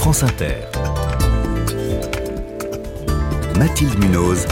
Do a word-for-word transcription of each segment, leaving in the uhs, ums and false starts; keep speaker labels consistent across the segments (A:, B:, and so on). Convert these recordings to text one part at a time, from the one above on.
A: France Inter. Mathilde Munoz.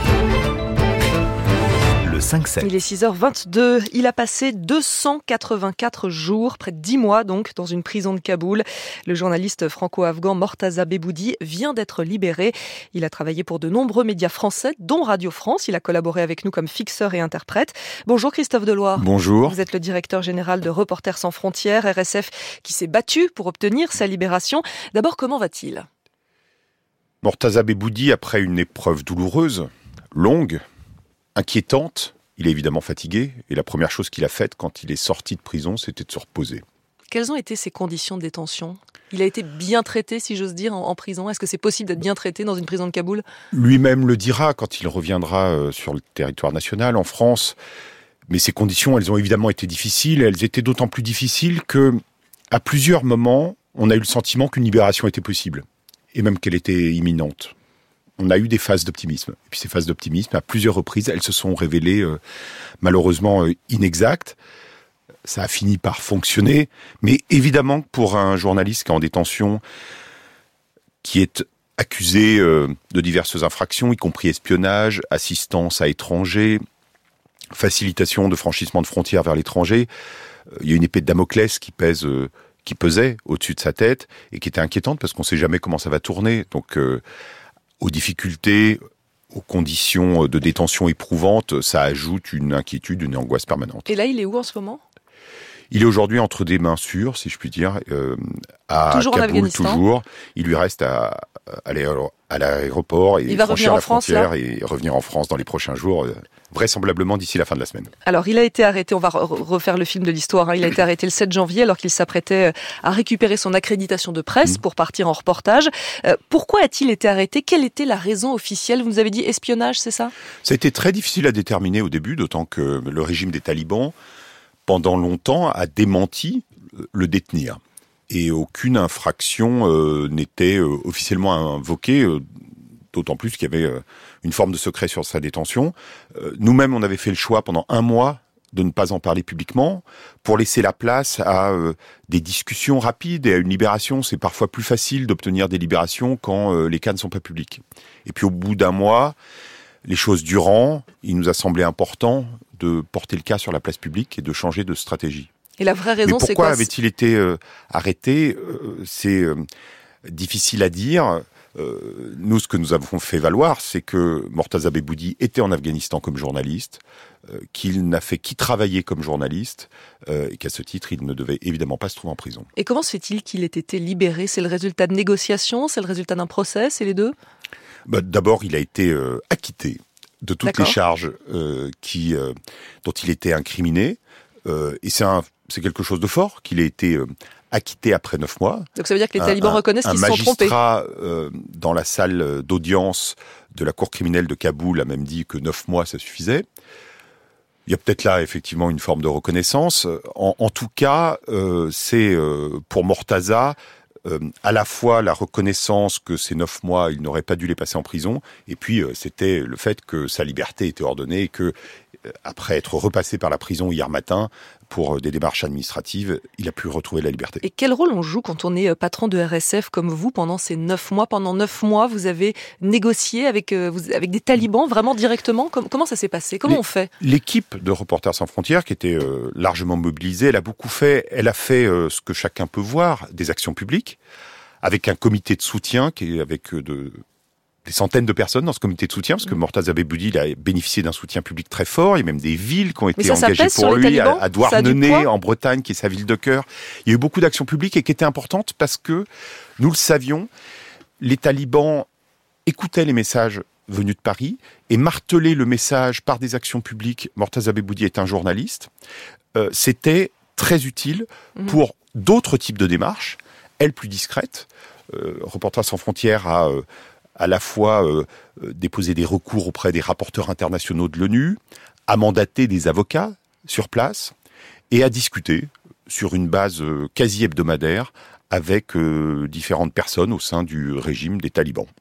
A: Le cinq sept.
B: Il est six heures vingt-deux. Il a passé deux cent quatre-vingt-quatre jours, près de dix mois donc, dans une prison de Kaboul. Le journaliste franco-afghan Mortaza Beboudi vient d'être libéré. Il a travaillé pour de nombreux médias français, dont Radio France. Il a collaboré avec nous comme fixeur et interprète. Bonjour Christophe Deloire.
C: Bonjour.
B: Vous êtes le directeur général de Reporters sans frontières, R S F, qui s'est battu pour obtenir sa libération. D'abord, comment va-t-il ?
C: Mortaza Beboudi, après une épreuve douloureuse, longue, inquiétante, il est évidemment fatigué. Et la première chose qu'il a faite quand il est sorti de prison, c'était de se reposer.
B: Quelles ont été ses conditions de détention ? Il a été bien traité, si j'ose dire, en, en prison. Est-ce que c'est possible d'être bien traité dans une prison de Kaboul ?
C: Lui-même le dira quand il reviendra sur le territoire national, en France. Mais ces conditions, elles ont évidemment été difficiles. Elles étaient d'autant plus difficiles que, à plusieurs moments, on a eu le sentiment qu'une libération était possible. Et même qu'elle était imminente. On a eu des phases d'optimisme. Et puis ces phases d'optimisme, à plusieurs reprises, elles se sont révélées euh, malheureusement euh, inexactes. Ça a fini par fonctionner. Mais évidemment, pour un journaliste qui est en détention, qui est accusé euh, de diverses infractions, y compris espionnage, assistance à étrangers, facilitation de franchissement de frontières vers l'étranger, euh, il y a une épée de Damoclès qui pèse... Euh, qui pesait au-dessus de sa tête et qui était inquiétante parce qu'on ne sait jamais comment ça va tourner. Donc, euh, aux difficultés, aux conditions de détention éprouvantes, ça ajoute une inquiétude, une angoisse permanente.
B: Et là, il est où en ce moment ?
C: Il est aujourd'hui entre des mains sûres, si je puis dire, euh, à
B: toujours
C: Kaboul, toujours. Il lui reste à, à aller à l'aéroport et
B: il va
C: franchir
B: revenir en
C: la
B: France,
C: frontière
B: là
C: et revenir en France dans les prochains jours, euh, vraisemblablement d'ici la fin de la semaine.
B: Alors, il a été arrêté, on va re- refaire le film de l'histoire, hein. Il a été arrêté le sept janvier alors qu'il s'apprêtait à récupérer son accréditation de presse mmh. pour partir en reportage. Euh, pourquoi a-t-il été arrêté ? Quelle était la raison officielle ? Vous nous avez dit espionnage, c'est ça ?
C: Ça a été très difficile à déterminer au début, d'autant que le régime des talibans, pendant longtemps, a démenti le détenir. Et aucune infraction euh, n'était euh, officiellement invoquée, euh, d'autant plus qu'il y avait euh, une forme de secret sur sa détention. Euh, nous-mêmes, on avait fait le choix pendant un mois de ne pas en parler publiquement, pour laisser la place à euh, des discussions rapides et à une libération. C'est parfois plus facile d'obtenir des libérations quand euh, les cas ne sont pas publics. Et puis au bout d'un mois, les choses durant, il nous a semblé important de porter le cas sur la place publique et de changer de stratégie.
B: Et la vraie raison,
C: Mais
B: c'est quoi ?
C: Pourquoi avait-il été euh, arrêté ? euh, C'est euh, difficile à dire. Euh, nous, ce que nous avons fait valoir, c'est que Mortaza Beboudi était en Afghanistan comme journaliste, euh, qu'il n'a fait qu'y travailler comme journaliste, euh, et qu'à ce titre, il ne devait évidemment pas se trouver en prison.
B: Et comment se fait-il qu'il ait été libéré ? C'est le résultat de négociations ? C'est le résultat d'un procès ? C'est les deux ?
C: Bah, d'abord, il a été euh, acquitté de toutes
B: D'accord.
C: les charges euh, qui, euh, dont il était incriminé. Euh, et c'est, un, c'est quelque chose de fort qu'il ait été euh, acquitté après neuf mois.
B: Donc ça veut dire que les talibans
C: un,
B: reconnaissent qu'ils se sont trompés.
C: Un magistrat euh, dans la salle d'audience de la cour criminelle de Kaboul a même dit que neuf mois, ça suffisait. Il y a peut-être là, effectivement, une forme de reconnaissance. En, en tout cas, euh, c'est euh, pour Mortaza... Euh, à la fois la reconnaissance que ces neuf mois, il n'aurait pas dû les passer en prison, et puis euh, c'était le fait que sa liberté était ordonnée et que, euh, après être repassé par la prison hier matin pour euh, des démarches administratives, il a pu retrouver la liberté.
B: Et quel rôle on joue quand on est patron de R S F comme vous pendant ces neuf mois ? Pendant neuf mois, vous avez négocié avec, euh, vous, avec des talibans vraiment directement ? Com- Comment ça s'est passé ? Comment
C: Les,
B: on fait ?
C: L'équipe de Reporters sans frontières, qui était euh, largement mobilisée, elle a beaucoup fait, elle a fait euh, ce que chacun peut voir, des actions publiques, avec un comité de soutien qui est avec euh, de, des centaines de personnes dans ce comité de soutien, parce que Mortaza Beboudi il a bénéficié d'un soutien public très fort. Il y a même des villes qui ont été
B: ça, ça
C: engagées pour lui, à, à Douarnenez, en Bretagne, qui est sa ville de cœur. Il y a eu beaucoup d'actions publiques et qui étaient importantes parce que, nous le savions, les talibans écoutaient les messages venus de Paris et martelaient le message par des actions publiques. Mortaza Beboudi est un journaliste. Euh, c'était très utile mmh. pour d'autres types de démarches, elles plus discrètes. Euh, Reporters sans frontières a euh, à la fois euh, déposé des recours auprès des rapporteurs internationaux de l'ONU, a mandaté des avocats sur place et a discuté sur une base euh, quasi hebdomadaire avec euh, différentes personnes au sein du régime des talibans.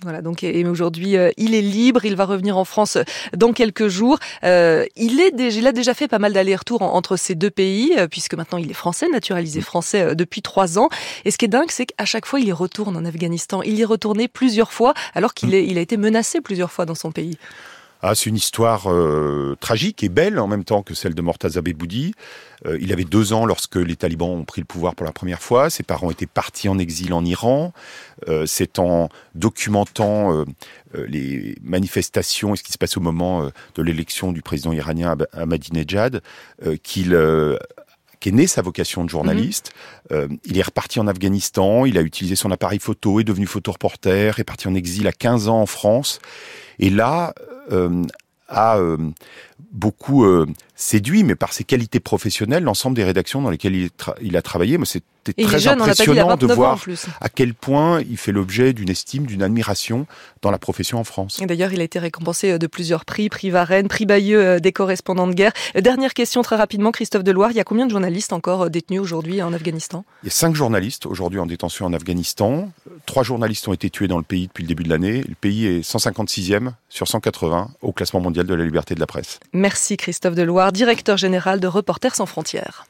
B: Voilà, donc et aujourd'hui euh, il est libre, il va revenir en France dans quelques jours. Euh, il est déjà, il a déjà fait pas mal d'allers-retours en, entre ces deux pays, euh, puisque maintenant il est français, naturalisé français euh, depuis trois ans. Et ce qui est dingue, c'est qu'à chaque fois il y retourne en Afghanistan. Il y est retourné plusieurs fois, alors qu'il est, il a été menacé plusieurs fois dans son pays.
C: Ah, c'est une histoire euh, tragique et belle en même temps que celle de Mortaza Beboudi. Euh, il avait deux ans lorsque les talibans ont pris le pouvoir pour la première fois. Ses parents étaient partis en exil en Iran. Euh, c'est en documentant euh, euh, les manifestations et ce qui se passe au moment euh, de l'élection du président iranien Ahmadinejad euh, qu'il... Euh, qu'est née sa vocation de journaliste. Mmh. Euh, il est reparti en Afghanistan, il a utilisé son appareil photo, est devenu photoreporter, est parti en exil à quinze ans en France. Et là, euh, a euh, beaucoup euh, séduit, mais par ses qualités professionnelles, l'ensemble des rédactions dans lesquelles il, tra- il a travaillé. Moi, c'était
B: et
C: très
B: jeune,
C: impressionnant de voir à quel point il fait l'objet d'une estime, d'une admiration dans la profession en France.
B: Et d'ailleurs, il a été récompensé de plusieurs prix, prix Varenne, prix Bayeux des correspondants de guerre. Dernière question très rapidement, Christophe Deloire, il y a combien de journalistes encore détenus aujourd'hui en Afghanistan ?
C: Il y a cinq journalistes aujourd'hui en détention en Afghanistan. Trois journalistes ont été tués dans le pays depuis le début de l'année. Le pays est cent cinquante-sixième sur cent quatre-vingts au classement mondial de la liberté de la presse.
B: Merci Christophe Deloire, directeur général de Reporters sans frontières.